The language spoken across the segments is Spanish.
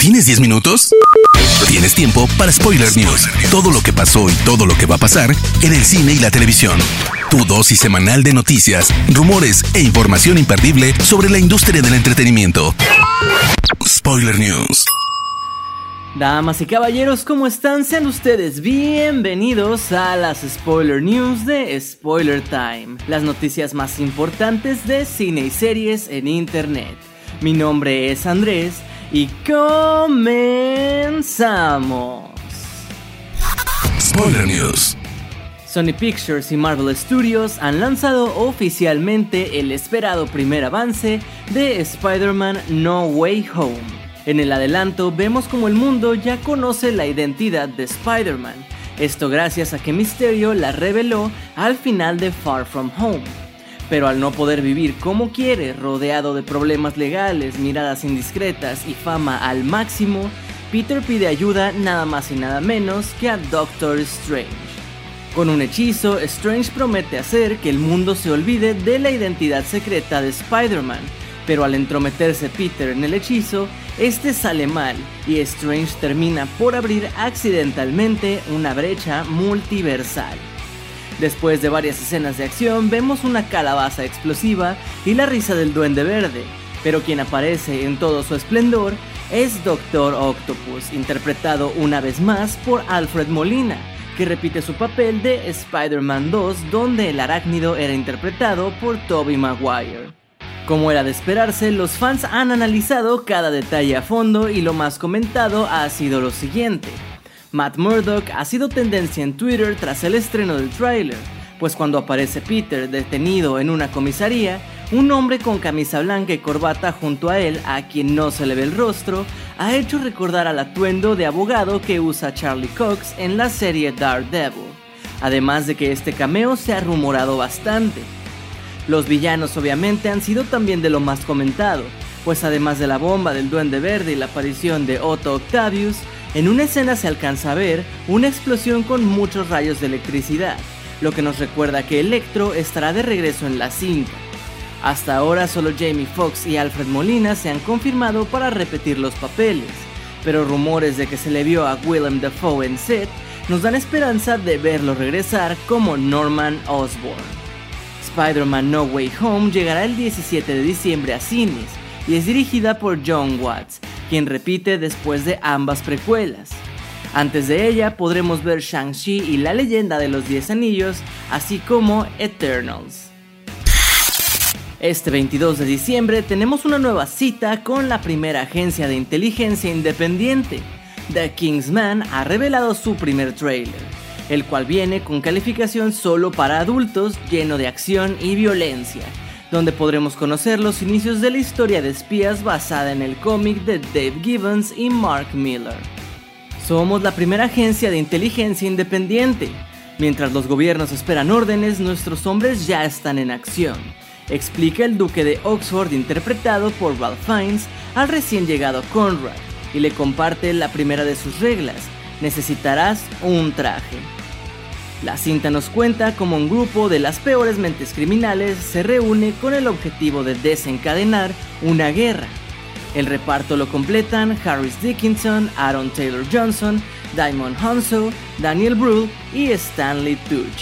¿Tienes 10 minutos? Tienes tiempo para Spoiler News. Todo lo que pasó y todo lo que va a pasar en el cine y la televisión. Tu dosis semanal de noticias, rumores e información imperdible sobre la industria del entretenimiento. Spoiler News. Damas y caballeros, ¿cómo están? Sean ustedes bienvenidos a las Spoiler News de Spoiler Time. Las noticias más importantes de cine y series en internet. Mi nombre es Andrés y comenzamos. Spoiler News. Sony Pictures y Marvel Studios han lanzado oficialmente el esperado primer avance de Spider-Man No Way Home. En el adelanto vemos como el mundo ya conoce la identidad de Spider-Man, esto gracias a que Mysterio la reveló al final de Far From Home. Pero al no poder vivir como quiere, rodeado de problemas legales, miradas indiscretas y fama al máximo, Peter pide ayuda nada más y nada menos que a Doctor Strange. Con un hechizo, Strange promete hacer que el mundo se olvide de la identidad secreta de Spider-Man, pero al entrometerse Peter en el hechizo, este sale mal y Strange termina por abrir accidentalmente una brecha multiversal. Después de varias escenas de acción, vemos una calabaza explosiva y la risa del Duende Verde, pero quien aparece en todo su esplendor es Doctor Octopus, interpretado una vez más por Alfred Molina, que repite su papel de Spider-Man 2, donde el arácnido era interpretado por Tobey Maguire. Como era de esperarse, los fans han analizado cada detalle a fondo y lo más comentado ha sido lo siguiente. Matt Murdock ha sido tendencia en Twitter tras el estreno del tráiler, pues cuando aparece Peter detenido en una comisaría, un hombre con camisa blanca y corbata junto a él, a quien no se le ve el rostro, ha hecho recordar al atuendo de abogado que usa Charlie Cox en la serie Daredevil, además de que este cameo se ha rumorado bastante. Los villanos obviamente han sido también de lo más comentado, pues además de la bomba del Duende Verde y la aparición de Otto Octavius, en una escena se alcanza a ver una explosión con muchos rayos de electricidad, lo que nos recuerda que Electro estará de regreso en la cinta. Hasta ahora solo Jamie Foxx y Alfred Molina se han confirmado para repetir los papeles, pero rumores de que se le vio a Willem Dafoe en set nos dan esperanza de verlo regresar como Norman Osborn. Spider-Man No Way Home llegará el 17 de diciembre a cines y es dirigida por Jon Watts, quien repite después de ambas precuelas. Antes de ella podremos ver Shang-Chi y la leyenda de los 10 anillos, así como Eternals. Este 22 de diciembre tenemos una nueva cita con la primera agencia de inteligencia independiente. The Kingsman ha revelado su primer tráiler, el cual viene con calificación solo para adultos, lleno de acción y violencia, donde podremos conocer los inicios de la historia de espías basada en el cómic de Dave Gibbons y Mark Millar. Somos la primera agencia de inteligencia independiente. Mientras los gobiernos esperan órdenes, nuestros hombres ya están en acción, explica el duque de Oxford interpretado por Ralph Fiennes al recién llegado Conrad, y le comparte la primera de sus reglas: necesitarás un traje. La cinta nos cuenta cómo un grupo de las peores mentes criminales se reúne con el objetivo de desencadenar una guerra. El reparto lo completan Harris Dickinson, Aaron Taylor Johnson, Damon Hunso, Daniel Brühl y Stanley Tucci.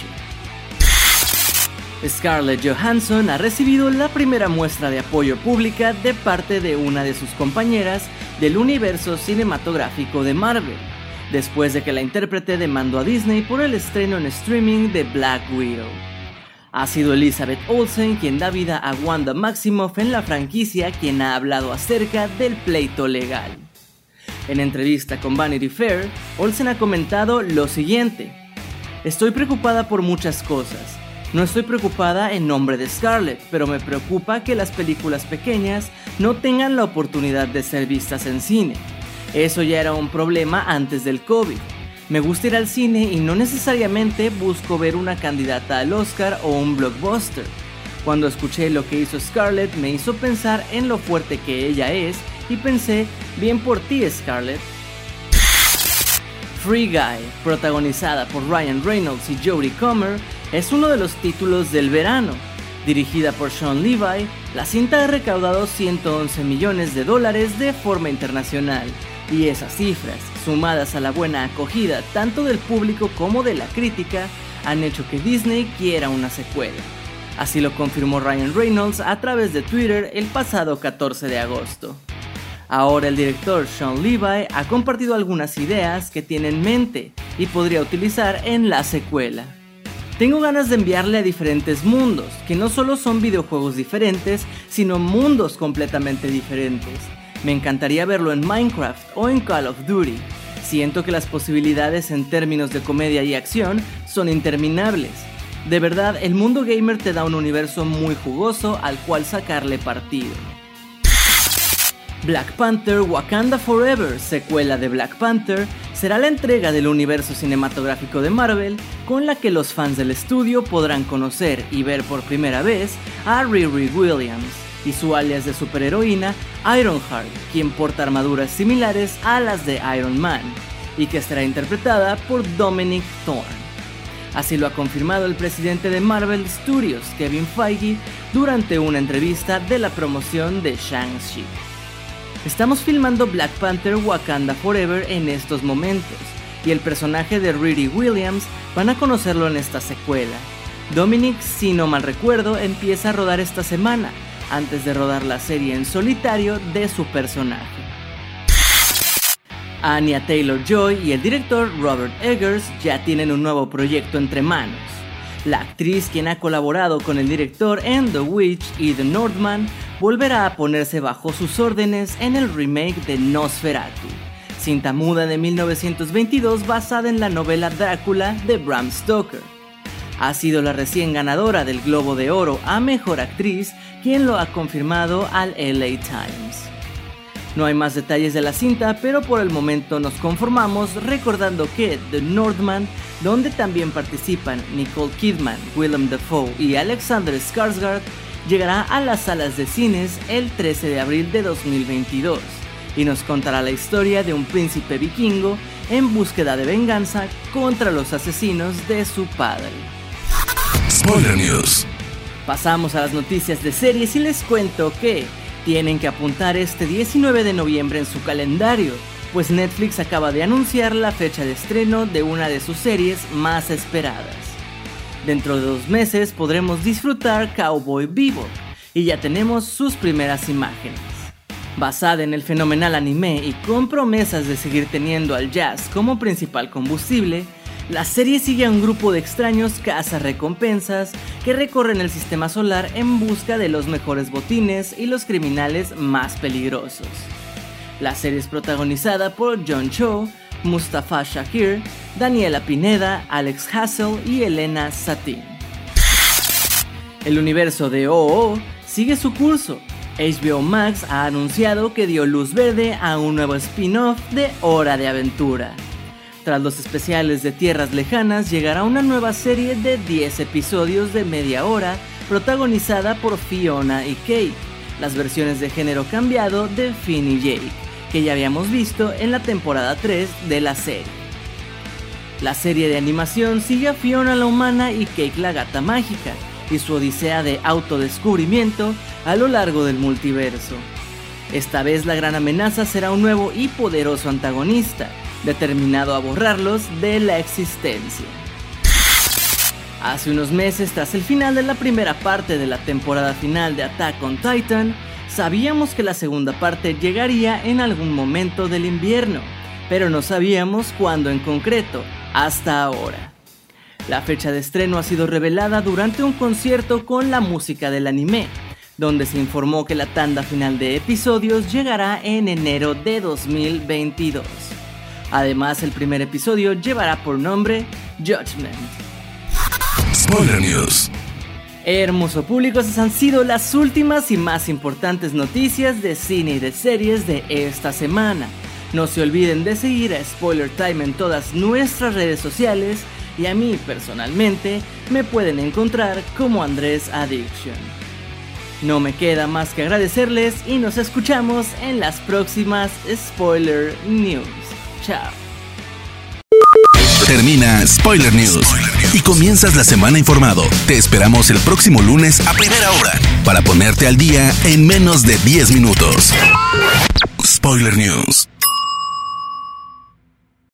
Scarlett Johansson ha recibido la primera muestra de apoyo pública de parte de una de sus compañeras del universo cinematográfico de Marvel, después de que la intérprete demandó a Disney por el estreno en streaming de Black Widow. Ha sido Elizabeth Olsen quien da vida a Wanda Maximoff en la franquicia, quien ha hablado acerca del pleito legal. En entrevista con Vanity Fair, Olsen ha comentado lo siguiente: estoy preocupada por muchas cosas. No estoy preocupada en nombre de Scarlett, pero me preocupa que las películas pequeñas no tengan la oportunidad de ser vistas en cine. Eso ya era un problema antes del COVID. Me gusta ir al cine y no necesariamente busco ver una candidata al Oscar o un blockbuster. Cuando escuché lo que hizo Scarlett me hizo pensar en lo fuerte que ella es y pensé, bien por ti, Scarlett. Free Guy, protagonizada por Ryan Reynolds y Jodie Comer, es uno de los títulos del verano. Dirigida por Sean Levy, la cinta ha recaudado $111 millones de forma internacional, Y esas cifras, sumadas a la buena acogida tanto del público como de la crítica, han hecho que Disney quiera una secuela. Así lo confirmó Ryan Reynolds a través de Twitter el pasado 14 de agosto. Ahora el director Shawn Levy ha compartido algunas ideas que tiene en mente y podría utilizar en la secuela. Tengo ganas de enviarle a diferentes mundos, que no solo son videojuegos diferentes, sino mundos completamente diferentes. Me encantaría verlo en Minecraft o en Call of Duty. Siento que las posibilidades en términos de comedia y acción son interminables. De verdad, el mundo gamer te da un universo muy jugoso al cual sacarle partido. Black Panther Wakanda Forever, secuela de Black Panther, será la entrega del universo cinematográfico de Marvel con la que los fans del estudio podrán conocer y ver por primera vez a Riri Williams y su alias de superheroína Ironheart, quien porta armaduras similares a las de Iron Man y que estará interpretada por Dominic Thorne. Así lo ha confirmado el presidente de Marvel Studios, Kevin Feige, durante una entrevista de la promoción de Shang-Chi. Estamos filmando Black Panther Wakanda Forever en estos momentos, y el personaje de Riri Williams van a conocerlo en esta secuela. Dominic, si no mal recuerdo, empieza a rodar esta semana, antes de rodar la serie en solitario de su personaje. Anya Taylor-Joy y el director Robert Eggers ya tienen un nuevo proyecto entre manos. La actriz, quien ha colaborado con el director en The Witch y The Northman, volverá a ponerse bajo sus órdenes en el remake de Nosferatu, cinta muda de 1922 basada en la novela Drácula de Bram Stoker. Ha sido la recién ganadora del Globo de Oro a Mejor Actriz quien lo ha confirmado al LA Times. No hay más detalles de la cinta, pero por el momento nos conformamos recordando que The Northman, donde también participan Nicole Kidman, Willem Dafoe y Alexander Skarsgård, llegará a las salas de cines el 13 de abril de 2022 y nos contará la historia de un príncipe vikingo en búsqueda de venganza contra los asesinos de su padre. Spoiler News. Pasamos a las noticias de series y les cuento que tienen que apuntar este 19 de noviembre en su calendario, pues Netflix acaba de anunciar la fecha de estreno de una de sus series más esperadas. Dentro de 2 meses podremos disfrutar Cowboy Bebop, y ya tenemos sus primeras imágenes. Basada en el fenomenal anime y con promesas de seguir teniendo al jazz como principal combustible, la serie sigue a un grupo de extraños cazarrecompensas que recorren el sistema solar en busca de los mejores botines y los criminales más peligrosos. La serie es protagonizada por John Cho, Mustafa Shakir, Daniela Pineda, Alex Hassel y Elena Satin. El universo de OO sigue su curso. HBO Max ha anunciado que dio luz verde a un nuevo spin-off de Hora de Aventura. Tras los especiales de Tierras Lejanas, llegará una nueva serie de 10 episodios de media hora protagonizada por Fiona y Cake, las versiones de género cambiado de Finn y Jake, que ya habíamos visto en la temporada 3 de la serie. La serie de animación sigue a Fiona la humana y Cake la gata mágica, y su odisea de autodescubrimiento a lo largo del multiverso. Esta vez la gran amenaza será un nuevo y poderoso antagonista, determinado a borrarlos de la existencia. Hace unos meses, tras el final de la primera parte de la temporada final de Attack on Titan, sabíamos que la segunda parte llegaría en algún momento del invierno, pero no sabíamos cuándo en concreto, hasta ahora. La fecha de estreno ha sido revelada durante un concierto con la música del anime, donde se informó que la tanda final de episodios llegará en enero de 2022. Además, el primer episodio llevará por nombre Judgment. Spoiler News. Hermoso público, esas han sido las últimas y más importantes noticias de cine y de series de esta semana. No se olviden de seguir a Spoiler Time en todas nuestras redes sociales y a mí personalmente me pueden encontrar como Andrés Addiction. No me queda más que agradecerles y nos escuchamos en las próximas Spoiler News. Chao. Termina Spoiler News y comienzas la semana informado. Te esperamos el próximo lunes a primera hora para ponerte al día en menos de 10 minutos. Spoiler News.